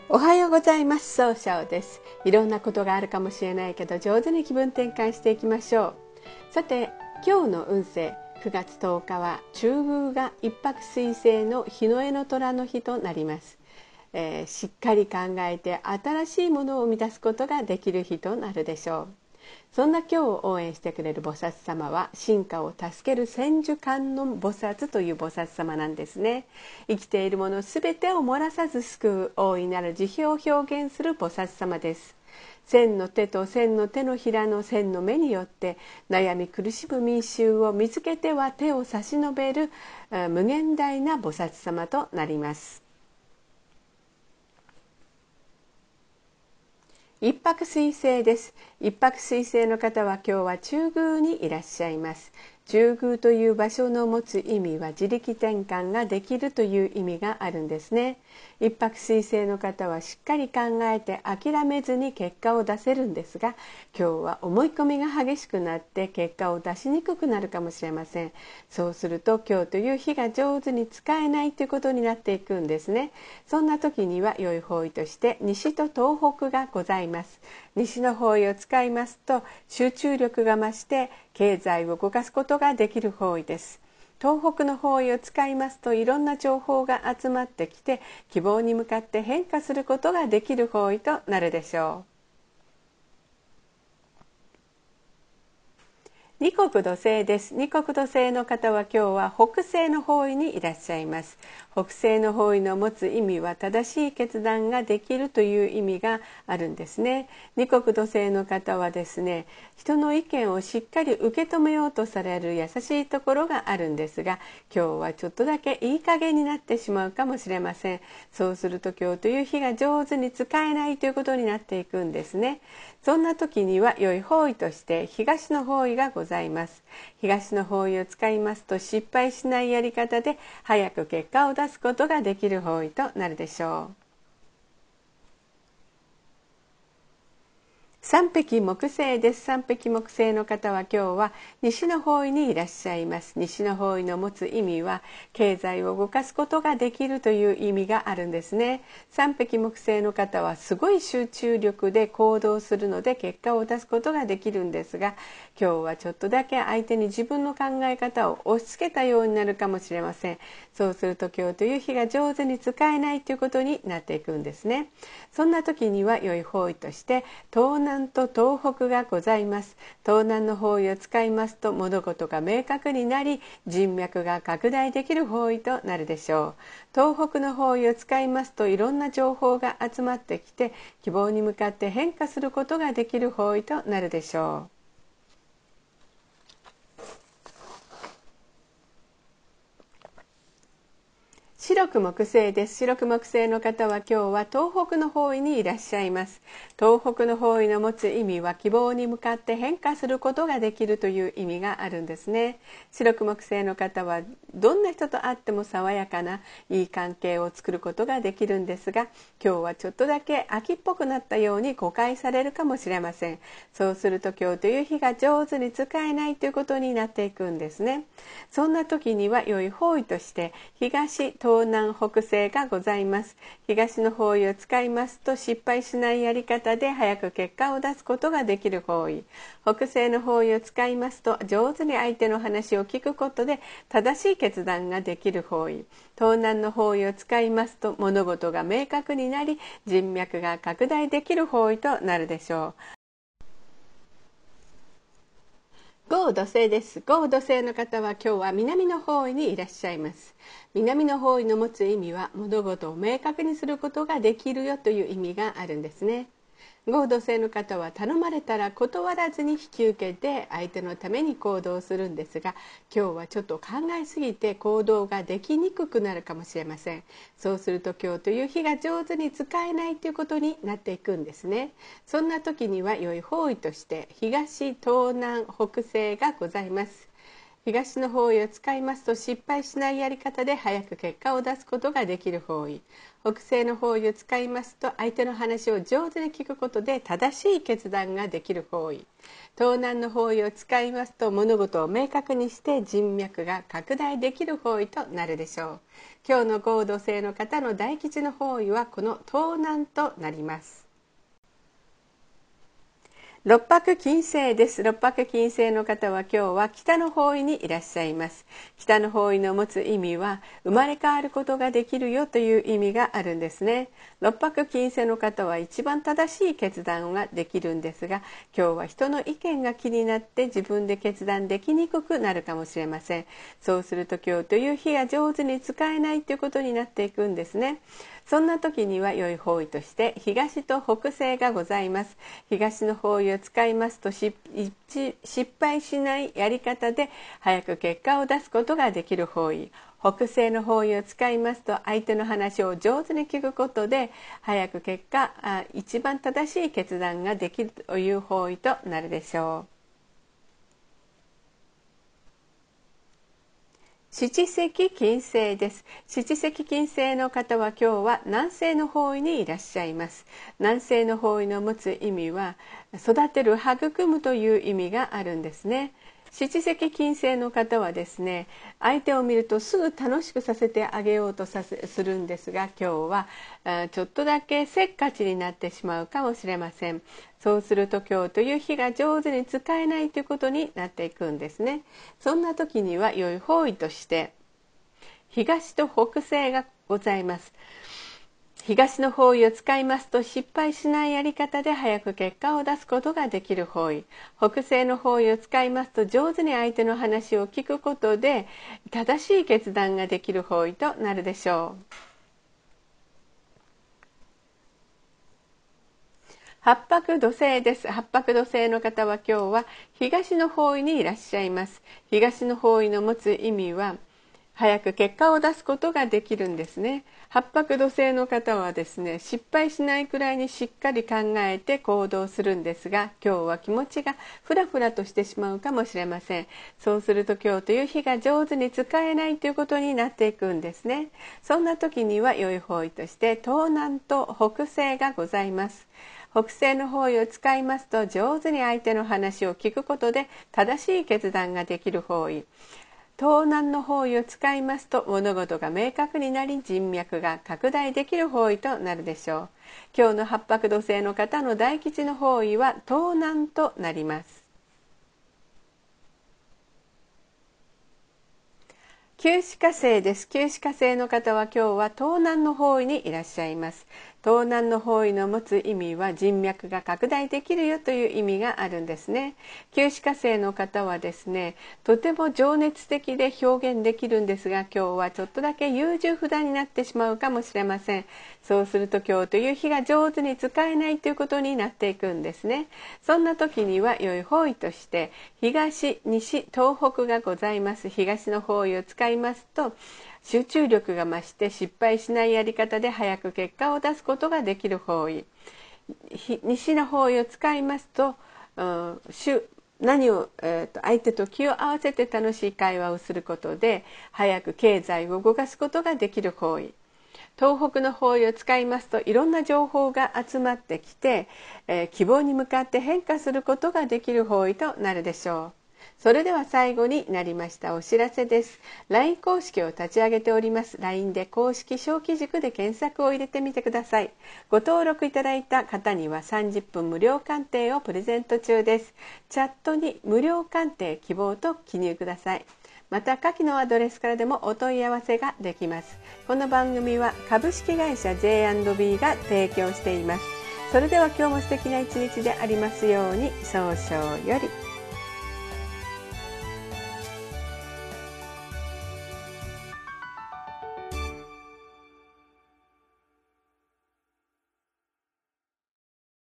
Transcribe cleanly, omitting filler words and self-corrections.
おはようございます。ソーシャオです。いろんなことがあるかもしれないけど、上手に気分転換していきましょう。さて、今日の運勢9月10日は中宮が一泊水星の日の絵の虎の日となります。しっかり考えて新しいものを生み出すことができる日となるでしょう。そんな今日を応援してくれる菩薩様は、進化を助ける千手観音菩薩という菩薩様なんですね。生きているものすべてを漏らさず救う大いなる慈悲を表現する菩薩様です。千の手と千の手のひらの千の目によって悩み苦しむ民衆を見つけては手を差し伸べる無限大な菩薩様となります。一泊水星です。一泊水星の方は今日は中宮にいらっしゃいます。中宮という場所の持つ意味は自力転換ができるという意味があるんですね。一泊水星の方はしっかり考えて諦めずに結果を出せるんですが、今日は思い込みが激しくなって結果を出しにくくなるかもしれません。そうすると今日という日が上手に使えないということになっていくんですね。そんな時には良い方位として西と東北がございます。西の方位を使いますと集中力が増して経済を動かすことができる方位です。東北の方位を使いますといろんな情報が集まってきて希望に向かって変化することができる方位となるでしょう。二国土星です。二国土星の方は今日は北西の方位にいらっしゃいます。北西の方位の持つ意味は正しい決断ができるという意味があるんですね。二国土星の方はですね、人の意見をしっかり受け止めようとされる優しいところがあるんですが、今日はちょっとだけいい加減になってしまうかもしれません。そうすると今日という日が上手に使えないということになっていくんですね。そんな時には良い方位として東の方位がございます。東の方位を使いますと失敗しないやり方で早く結果を出すことができる方位となるでしょう。三匹木星です。三匹木星の方は今日は西の方位にいらっしゃいます。西の方位の持つ意味は経済を動かすことができるという意味があるんですね。三匹木星の方はすごい集中力で行動するので結果を出すことができるんですが、今日はちょっとだけ相手に自分の考え方を押し付けたようになるかもしれません。そうすると今日という日が上手に使えないということになっていくんですね。そんな時には良い方位として東南と東北がございます。東南の方位を使いますと物事が明確になり人脈が拡大できる方位となるでしょう。東北の方位を使いますといろんな情報が集まってきて希望に向かって変化することができる方位となるでしょう。白く木星です。白く木星の方は今日は東北の方位にいらっしゃいます。東北の方位の持つ意味は希望に向かって変化することができるという意味があるんですね。白く木星の方はどんな人と会っても爽やかないい関係を作ることができるんですが、今日はちょっとだけ秋っぽくなったように誤解されるかもしれません。そうすると今日という日が上手に使えないということになっていくんですね。そんな時には良い方位として東、東南、北西がございます。東の方位を使いますと失敗しないやり方で早く結果を出すことができる方位。北西の方位を使いますと上手に相手の話を聞くことで正しい決断ができる方位。東南の方位を使いますと物事が明確になり人脈が拡大できる方位となるでしょう。豪土星です。豪土星の方は今日は南の方位にいらっしゃいます。南の方位の持つ意味は物事を明確にすることができるよという意味があるんですね。豪土星の方は頼まれたら断らずに引き受けて相手のために行動するんですが、今日はちょっと考えすぎて行動ができにくくなるかもしれません。そうすると今日という日が上手に使えないということになっていくんですね。そんな時には良い方位として東、東南、北西がございます。 東の方位を使いますと失敗しないやり方で早く結果を出すことができる方位。北西の方位を使いますと相手の話を上手に聞くことで正しい決断ができる方位。東南の方位を使いますと物事を明確にして人脈が拡大できる方位となるでしょう。今日の合土星の方の大吉の方位はこの東南となります。六白金星です。六白金星の方は今日は北の方位にいらっしゃいます。北の方位の持つ意味は生まれ変わることができるよという意味があるんですね。六白金星の方は一番正しい決断ができるんですが、今日は人の意見が気になって自分で決断できにくくなるかもしれません。そうすると今日という日が上手に使えないということになっていくんですね。そんな時には良い方位として東と北西がございます。東の方位を使いますと失敗しないやり方で早く結果を出すことができる方位。北西の方位を使いますと相手の話を上手に聞くことで早く一番正しい決断ができるという方位となるでしょう。七石金星です。七石金星の方は今日は南西の方位にいらっしゃいます。南西の方位の持つ意味は育てる、育むという意味があるんですね。七石金星の方はですね、相手を見るとすぐ楽しくさせてあげようとするんですが、今日はちょっとだけせっかちになってしまうかもしれません。そうすると今日という日が上手に使えないということになっていくんですね。そんな時には良い方位として東と北西がございます。東の方位を使いますと失敗しないやり方で早く結果を出すことができる方位。北西の方位を使いますと上手に相手の話を聞くことで正しい決断ができる方位となるでしょう。八白土星です。八白土星の方は今日は東の方位にいらっしゃいます。東の方位の持つ意味は早く結果を出すことができるんですね。八白土星の方はですね、失敗しないくらいにしっかり考えて行動するんですが、今日は気持ちがフラフラとしてしまうかもしれません。そうすると今日という日が上手に使えないということになっていくんですね。そんな時には良い方位として東南と北西がございます。北西の方位を使いますと上手に相手の話を聞くことで正しい決断ができる方位。東南の方位を使いますと物事が明確になり人脈が拡大できる方位となるでしょう。今日の八白土星の方の大吉の方位は東南となります。九死火星です。九死火星の方は今日は東南の方位にいらっしゃいます。東南の方位の持つ意味は人脈が拡大できるよという意味があるんですね。九死火星の方はですね、とても情熱的で表現できるんですが、今日はちょっとだけ優柔不断になってしまうかもしれません。そうすると今日という日が上手に使えないということになっていくんですね。そんな時には良い方位として東、西、東北がございます。東の方位を使いますと集中力が増して失敗しないやり方で早く結果を出すことができる方位。西の方位を使いますと相手と気を合わせて楽しい会話をすることで早く経済を動かすことができる方位。東北の方位を使いますといろんな情報が集まってきて、希望に向かって変化することができる方位となるでしょう。それでは最後になりましたお知らせです。 LINE 公式を立ち上げております。 LINE で公式小規塾で検索を入れてみてください。ご登録いただいた方には30分無料鑑定をプレゼント中です。チャットに無料鑑定希望と記入ください。また下記のアドレスからでもお問い合わせができます。この番組は株式会社 J&B が提供しています。それでは今日も素敵な一日でありますように。早々より。